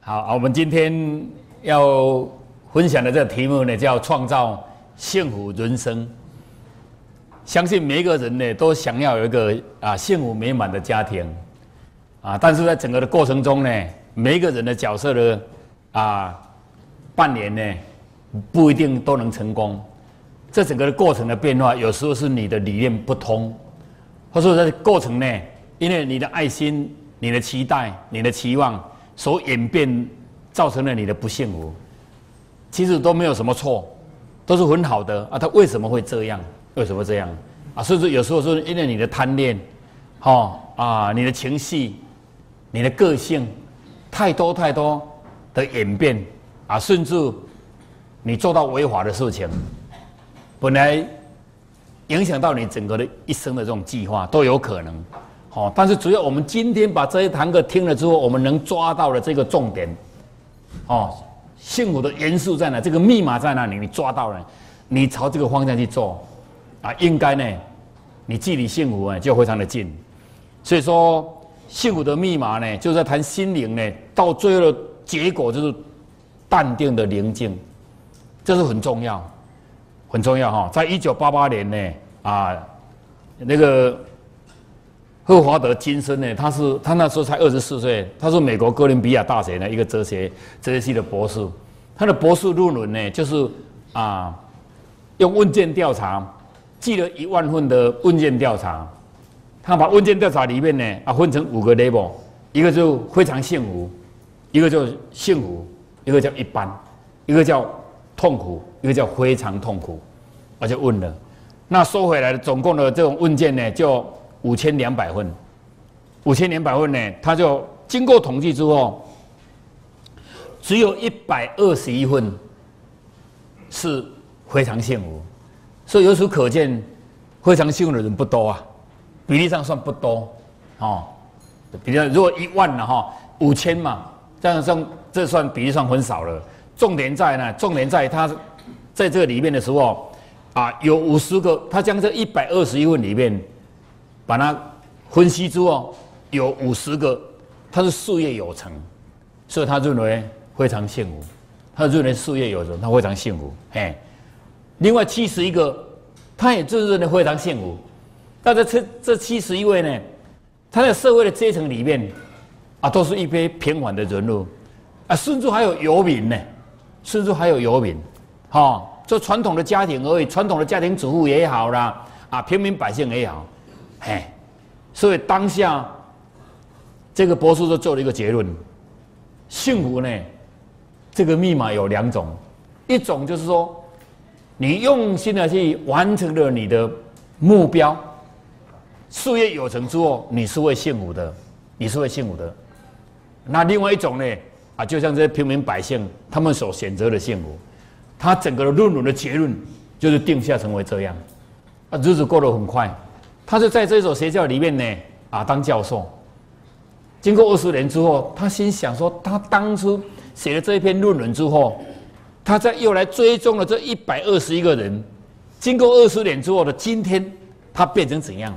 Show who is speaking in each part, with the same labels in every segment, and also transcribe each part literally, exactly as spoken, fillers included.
Speaker 1: 好啊，我们今天要分享的这个题目呢，叫创造幸福人生。相信每一个人呢，都想要有一个啊幸福美满的家庭啊，但是在整个的过程中呢，每一个人的角色的啊扮演呢，不一定都能成功。这整个的过程的变化，有时候是你的理念不通，或者说在过程呢，因为你的爱心、你的期待、你的期望所演变，造成了你的不幸福。其实都没有什么错，都是很好的啊。他为什么会这样？为什么这样啊？甚至有时候是因为你的贪恋，哦啊，你的情绪、你的个性，太多太多的演变啊，甚至你做到违法的事情，本来影响到你整个的一生的这种计划都有可能。哦，但是只要我们今天把这一堂课听了之后，我们能抓到了这个重点，哦，幸福的元素在哪？这个密码在哪里？你抓到了，你朝这个方向去做，啊，应该呢，你距离幸福呢就非常的近。所以说，幸福的密码呢，就在谈心灵呢，到最后的结果就是淡定的宁静，这是很重要，很重要哈。在一九八八年呢，啊，那个。霍华德金森呢，他是他那时候才二十四岁，他是美国哥伦比亚大学的一个哲学哲学系的博士。他的博士论文呢，就是啊，用问卷调查，记了一万份的问卷调查，他把问卷调查里面呢啊分成五个 level， 一个就非常幸福，一个就幸福，一个叫一般，一个叫痛苦，一个叫非常痛苦。我就问了，那收回来的总共的这种问卷呢，就五千两百份，五千两百份呢，他就经过统计之后，只有一百二十一份是非常幸福，所以由此可见，非常幸福的人不多啊，比例上算不多，哦，比如如果一万了哈，五千嘛，这样算这算比例上很少了。重点在呢，重点在他在这个里面的时候啊，有五十个，他将这一百二十一份里面。把它分析之后，有五十个他是事业有成，所以他认为非常幸福。他认为事业有成，他非常幸福。嘿，另外七十一个，他也自认为非常幸福。但在这这七十一位呢，他在社会的阶层里面啊，都是一批平凡的人物啊，甚至还有游民呢，甚至还有游民，哈、哦，就传统的家庭而已，传统的家庭主妇也好啦，啊，平民百姓也好。哎，所以当下这个博士就做了一个结论：幸福呢，这个密码有两种，一种就是说，你用心的去完成了你的目标，事业有成之后，你是会幸福的，你是会幸福的。那另外一种呢，啊，就像这些平民百姓他们所选择的幸福，他整个的论文的结论就是定下成为这样，啊，日子过得很快。他就在这所学校里面呢，啊，当教授。经过二十年之后，他心想说，他当初写了这一篇论文之后，他在又来追踪了这一百二十一个人，经过二十年之后的今天，他变成怎样？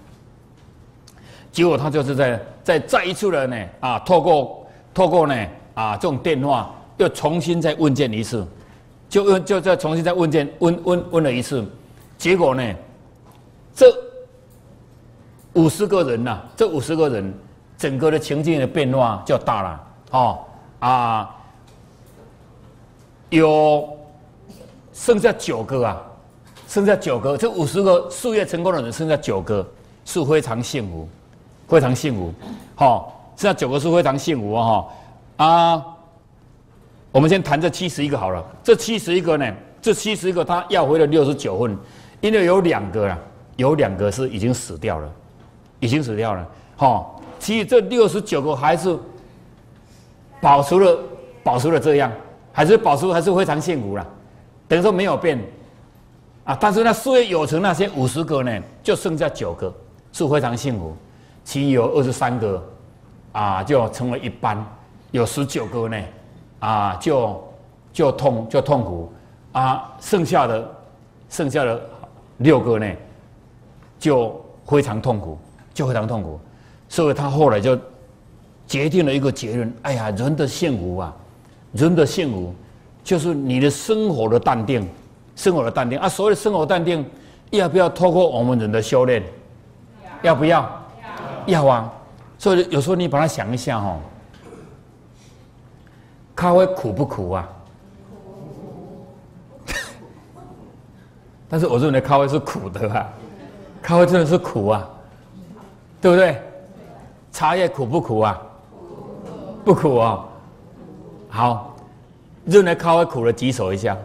Speaker 1: 结果他就是在在再一次的呢，啊，透过透过呢，啊，这种电话又重新再问卷一次，就问就再重新再问卷问问问了一次，结果呢，这。五十个人呐、啊，这五十个人，整个的情境的变化就大了哦啊，有剩下九个啊，剩下九个，这五十个事业成功的人，剩下九个是非常幸福，非常幸福，好、哦，剩下九个是非常幸福哈、哦、啊。我们先谈这七十一个好了，这七十一个呢，这七十一个他要回了六十九份，因为有两个啊，有两个是已经死掉了。已经死掉了，哈、哦。其实这六十九个还是保持了，保持了这样，还是保持还是非常幸福啦，等于说没有变，啊。但是那事业有成那些五十个呢，就剩下九个是非常幸福，其余有二十三个啊就成为一般，有十九个呢啊就就痛就痛苦啊，剩下的剩下的六个呢就非常痛苦。就非常痛苦，所以他后来就决定了一个结论：哎呀，人的幸福啊，人的幸福就是你的生活的淡定，生活的淡定啊。所谓的生活淡定，要不要透过我们人的修炼？要不要？要啊。所以有时候你把它想一下哦，咖啡苦不苦啊？但是我认为咖啡是苦的啊，咖啡真的是苦啊，对不对？茶叶苦不苦啊？不苦啊。好，认为咖啡苦的举手一下。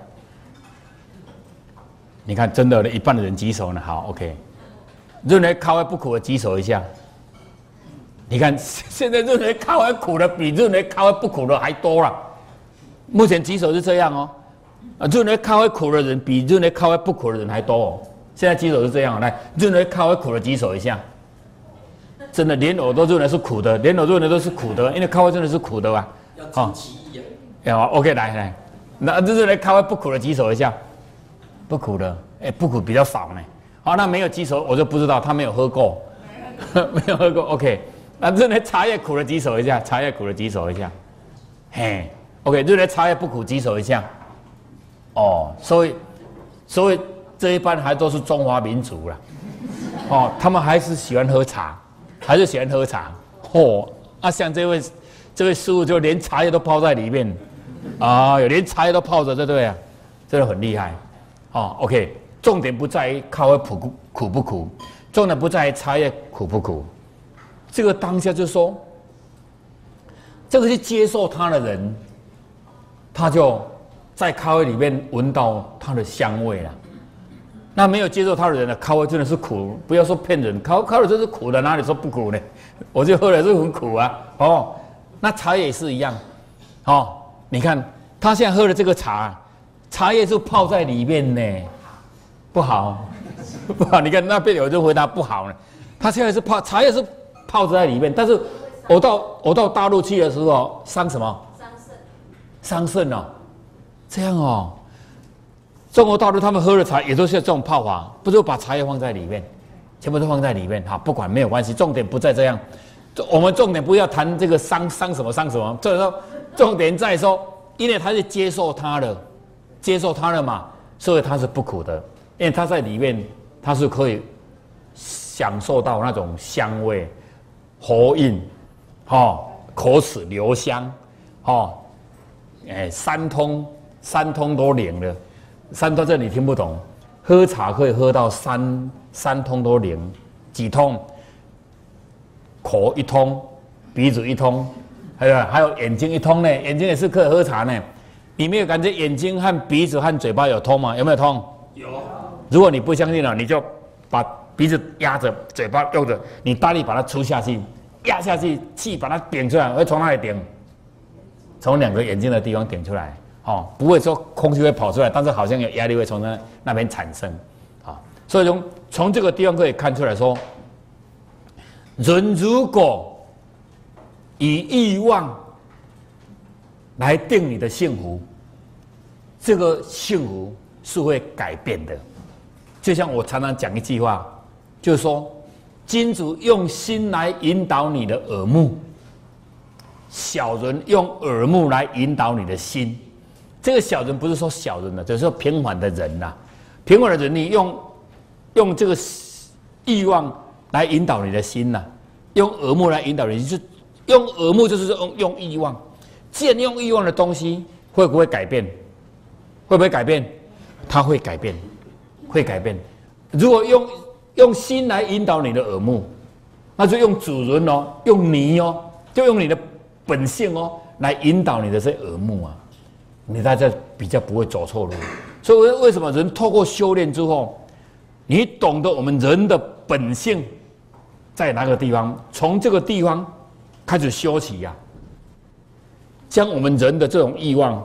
Speaker 1: 你看，真的一半的人举手呢。好 ，OK。认为咖啡不苦的举手一下。你看，现在认为咖啡苦的比认为咖啡不苦的还多了。目前举手是这样哦。啊，认为咖啡苦的人比认为咖啡不苦的人还多哦。现在举手是这样，来，认为咖啡苦的举手一下。真的，连我都认为是苦的，连我认为都是苦的，因为咖啡真的是苦的吧？
Speaker 2: 要争其一啊！
Speaker 1: 要 OK， 来来，那认为咖啡不苦的举手一下。不苦的，哎，不苦比较少呢。好，那没有举手，我就不知道他没有喝过，没有喝过。OK， 那认为茶叶苦的举手一下，茶叶苦的举手一下。嘿 ，OK， 认为茶叶不苦举手一下。哦，所以，所以这一般还都是中华民族啦。哦，他们还是喜欢喝茶，还是喜欢喝茶。哦，啊，像这位这位师傅就连茶叶都泡在里面，啊，有连茶叶都泡着，对不对啊？真的很厉害。哦 ，OK， 重点不在于咖啡苦苦不苦，重点不在于茶叶苦不苦。这个当下就是说，这个去接受它的人，他就在咖啡里面闻到它的香味了。那没有接受它的人呢，咖啡真的是苦，不要说骗人，咖咖啡真是苦的，哪里说不苦呢？我就喝了是很苦啊。哦，那茶叶也是一样。哦，你看他现在喝的这个茶。茶叶是泡在里面呢，不好，不好。你看那边有人回答不好呢，他现在是泡茶叶是泡在里面，但是我到我到大陆去的时候伤什么？伤肾。伤肾哦，这样哦。中国大陆他们喝的茶也都是这种泡法，不是把茶叶放在里面，全部都放在里面。好，不管没有关系，重点不在这样。我们重点不要谈这个伤伤什么伤什么，就是说重点在说，因为他是接受他的。接受它了嘛，所以它是不苦的，因为它在里面，它是可以享受到那种香味、喉韵、哦，口齿留香，哦，哎，三通三通都灵了，三通这你听不懂，喝茶可以喝到三三通都灵，几通？口一通，鼻子一通，还有还有眼睛一通呢，眼睛也是可以喝茶呢。你没有感觉眼睛和鼻子和嘴巴有通吗？有没有通？
Speaker 2: 有。
Speaker 1: 如果你不相信了，你就把鼻子压着，嘴巴用着，你大力把它出下去，压下去，气把它顶出来，会从哪里顶？从两个眼睛的地方顶出来，哦，不会说空气会跑出来，但是好像有压力会从那那边产生，啊、哦，所以从从这个地方可以看出来说，人如果以欲望来定你的幸福，这个幸福是会改变的。就像我常常讲一句话，就是说，金主用心来引导你的耳目，小人用耳目来引导你的心。这个小人不是说小人了，就是说平凡的人呐、啊。平凡的人，你用用这个欲望来引导你的心呐、啊，用耳目来引导你，就用耳目就是用用欲望。既然用欲望的东西，会不会改变？会不会改变？它会改变，会改变。如果用用心来引导你的耳目，那就用主人哦，用你哦，就用你的本性哦，来引导你的这耳目啊，你大家比较不会走错路。所以为什么人透过修炼之后，你懂得我们人的本性在哪个地方，从这个地方开始修起呀、啊。将我们人的这种欲望、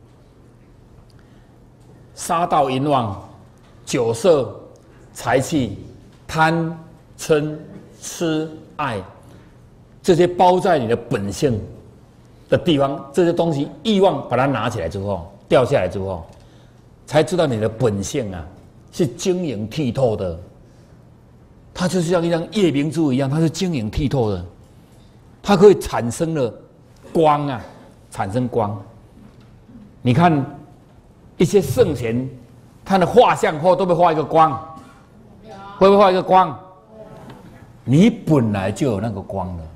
Speaker 1: 杀盗淫妄、酒色、财气、贪、嗔、痴、爱，这些包在你的本性的地方，这些东西欲望把它拿起来之后，掉下来之后，才知道你的本性啊是晶莹剔透的，它就是像一张夜明珠一样，它是晶莹剔透的。 它可以产生了光啊，产生光。你看一些圣贤，他的画像后都会画一个光，会不会画一个光？你本来就有那个光了。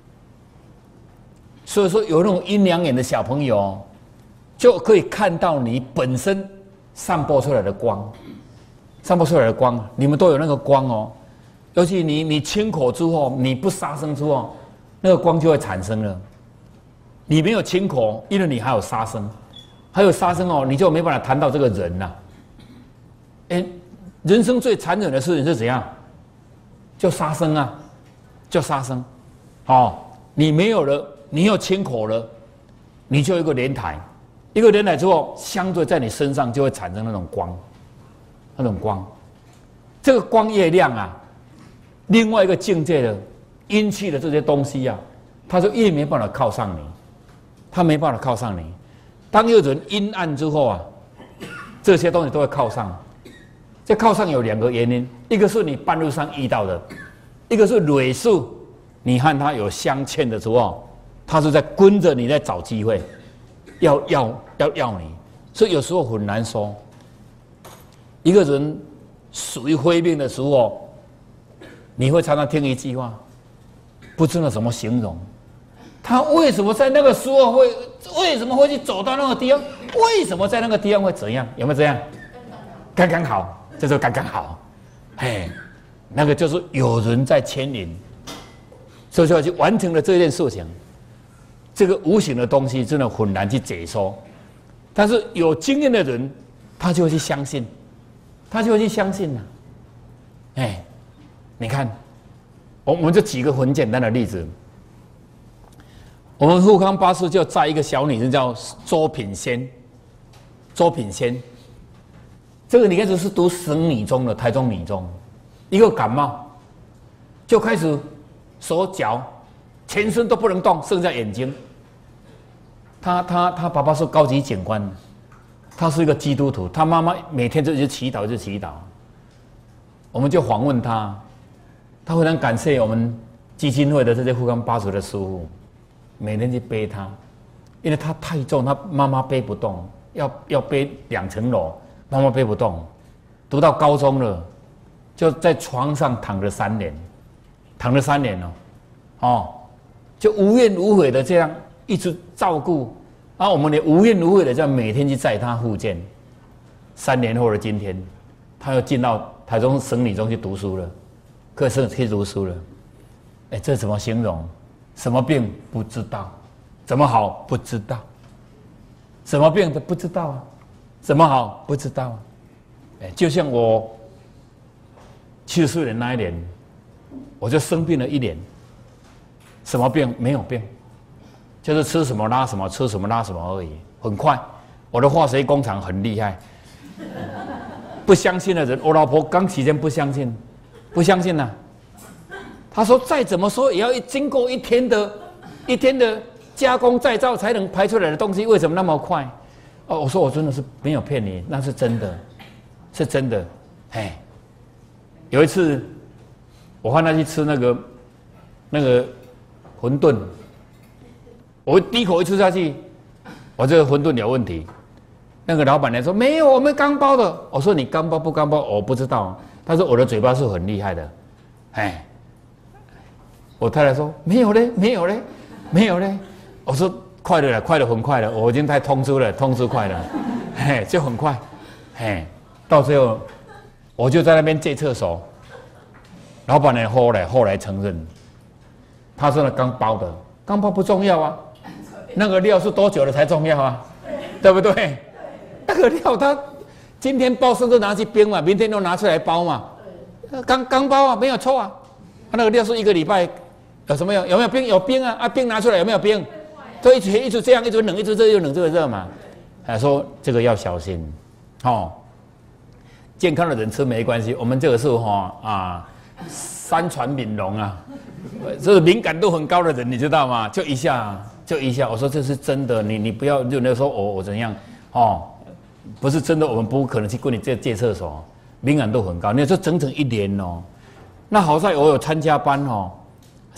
Speaker 1: 所以说，有那种阴阳眼的小朋友，就可以看到你本身散播出来的光，散播出来的光，你们都有那个光哦。尤其你你清口之后，你不杀生之后，那个光就会产生了。你没有清口，因为你还有杀生，还有杀生哦，你就没办法谈到这个人呐、啊。哎，人生最残忍的事情是怎样？就杀生啊，就杀生。哦，你没有了。你有清口了，你就有一个莲台，一个莲台之后，相对在你身上就会产生那种光，那种光，这个光越亮啊，另外一个境界的阴气的这些东西啊，它就越没办法靠上你，它没办法靠上你。当一个人阴暗之后啊，这些东西都会靠上。这靠上有两个原因，一个是你半路上遇到的，一个是累数，你和他有相欠的时候。他是在跟着你在找机会，要要要要你，所以有时候很难说。一个人属于灰病的时候，你会常常听一句话，不知道怎么形容。他为什么在那个时候会？为什么会去走到那个地方？为什么在那个地方会怎样？有没有这样？刚刚好，这就刚刚好。哎，那个就是有人在牵引，所以说去完成了这件事情。这个无形的东西真的很难去解说，但是有经验的人，他就会去相信，他就会去相信了、啊。哎，你看，我我们就举个很简单的例子，我们富康巴士就载一个小女生叫周品仙，周品仙，这个女孩子是读省女中的，台中女中，一个感冒就开始手脚全身都不能动，剩下眼睛。他他他爸爸是高级警官，他是一个基督徒，他妈妈每天就一直祈祷，一直祈祷。我们就访问他，他非常感谢我们基金会的这些富康巴士的师傅，每天去背他，因为他太重，他妈妈背不动，要要背两层楼，妈妈背不动。读到高中了，就在床上躺了三年，躺了三年哦，哦，就无怨无悔的这样。一直照顾，啊，我们也无怨无悔的这样每天去载他复健。三年后的今天，他又进到台中省女中去读书了，可是去读书了。哎，这怎么形容？什么病不知道，怎么好不知道，什么病都不知道啊，怎么好不知道啊。哎，就像我七十岁的那一年，我就生病了一年，什么病没有病。就是吃什么拉什么，吃什么拉什么而已。很快，我的化学工厂很厉害。不相信的人，我老婆刚起先不相信，不相信呐、啊。她说再怎么说也要经过一天的、一天的加工再造才能排出来的东西，为什么那么快？哦，我说我真的是没有骗你，那是真的，是真的。哎，有一次我和他去吃那个那个馄饨。我第一口一吃下去，我这个馄饨有问题。那个老板娘说没有，我们刚包的。我说你刚包不刚包，我不知道。他说我的嘴巴是很厉害的，哎。我太太说没有嘞，没有嘞，没有嘞。我说快了，快了，很快了，我已经太通知了，通知快了，嘿，就很快，嘿，到最后我就在那边借厕所。老板娘后来后来承认，他说的刚包的，刚包不重要啊。那个料是多久了才重要啊？对不对？那个料他今天包甚至拿去冰嘛，明天又拿出来包嘛，刚刚包啊，没有错啊。那个料是一个礼拜，有什么用？有没有冰？有冰啊！啊，冰拿出来有没有冰？就一直一直这样，一直冷，一直热又冷，这个热嘛。还说这个要小心，哦。健康的人吃没关系，我们这个是哈啊，三传敏龙啊，这是敏感度很高的人，你知道吗？就一下。就一下，我说这是真的，你你不要就那说我我怎样哦，不是真的，我们不可能去跟你借借厕所，敏感度很高。你说整整一年哦，那好在我有参加班哦，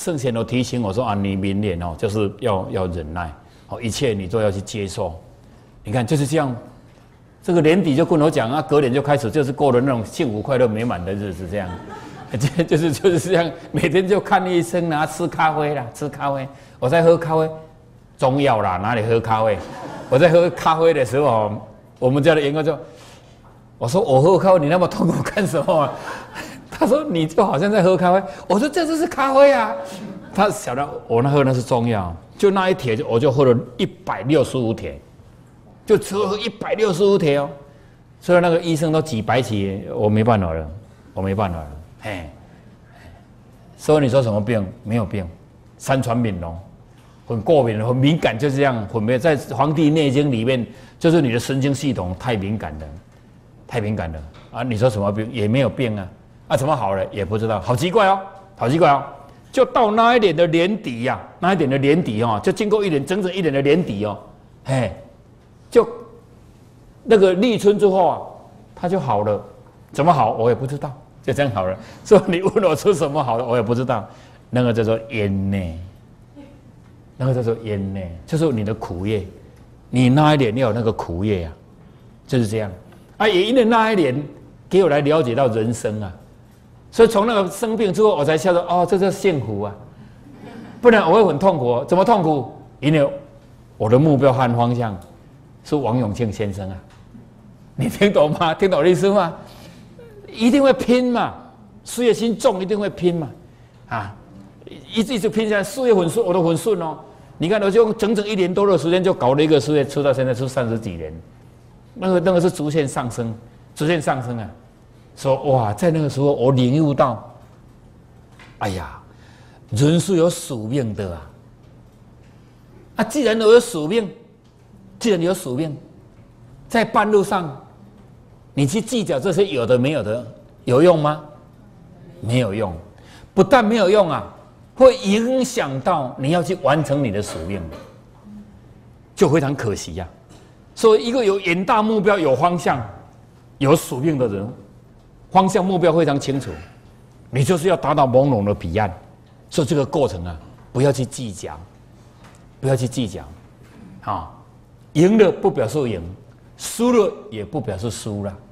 Speaker 1: 圣贤都提醒我说啊，你明年哦，就是要要忍耐，哦，一切你都要去接受。你看就是这样，这个年底就跟我讲啊，隔年就开始就是过了那种幸福快乐美满的日子，这样，就就是就是这样，每天就看医生啦，吃咖啡啦，吃咖啡，我在喝咖啡，中药啦，哪里喝咖啡？我在喝咖啡的时候，我们家的员工就，我说我喝咖啡，你那么痛苦干什么啊？他说你就好像在喝咖啡，我说这就是咖啡啊。他晓得我那喝那是中药，就那一帖就我就喝了一百六十五帖。就只喝一百六十五帖哦，所以那个医生都挤白起，我没办法了，我没办法了，嘿。所以你说什么病？没有病，三传敏脓，很过敏，很敏感，就是这样。很没在《黄帝内经》里面，就是你的神经系统太敏感了，太敏感了啊！你说什么病？也没有病啊，啊，怎么好了？也不知道，好奇怪哦，好奇怪哦。就到那一年的年底呀、啊，那一年的年底哦，就经过一年整整一年的年底哦，嘿。就那个立春之后啊，他就好了，怎么好我也不知道，就这样好了。所以你问我出什么好的，我也不知道。那个叫做冤呢，那个叫做冤呢，就是你的苦业，你那一年要有那个苦业啊，就是这样啊。也因为那一年给我来了解到人生啊，所以从那个生病之后，我才晓得哦，这叫幸福啊，不然我会很痛苦。怎么痛苦？因为我的目标和方向是王永庆先生啊，你听懂吗？听懂意思吗？一定会拼嘛，事业心重，一定会拼嘛，啊，一直一直拼下来，事业很顺，我都很顺哦。你看，我就用整整一年多的时间就搞了一个事业，出到现在出三十几年，那个那个是逐渐上升，逐渐上升啊。说哇，在那个时候我领悟到，哎呀，人是有宿命的啊，啊，既然我有宿命。既然有宿命，在半路上，你去计较这些有的没有的，有用吗？没有用，不但没有用啊，会影响到你要去完成你的使命，就非常可惜呀、啊。所以，一个有远大目标、有方向、有使命的人，方向目标非常清楚，你就是要达到朦胧的彼岸。所以，这个过程啊，不要去计较，不要去计较，啊。赢了不表示赢，输了也不表示输了。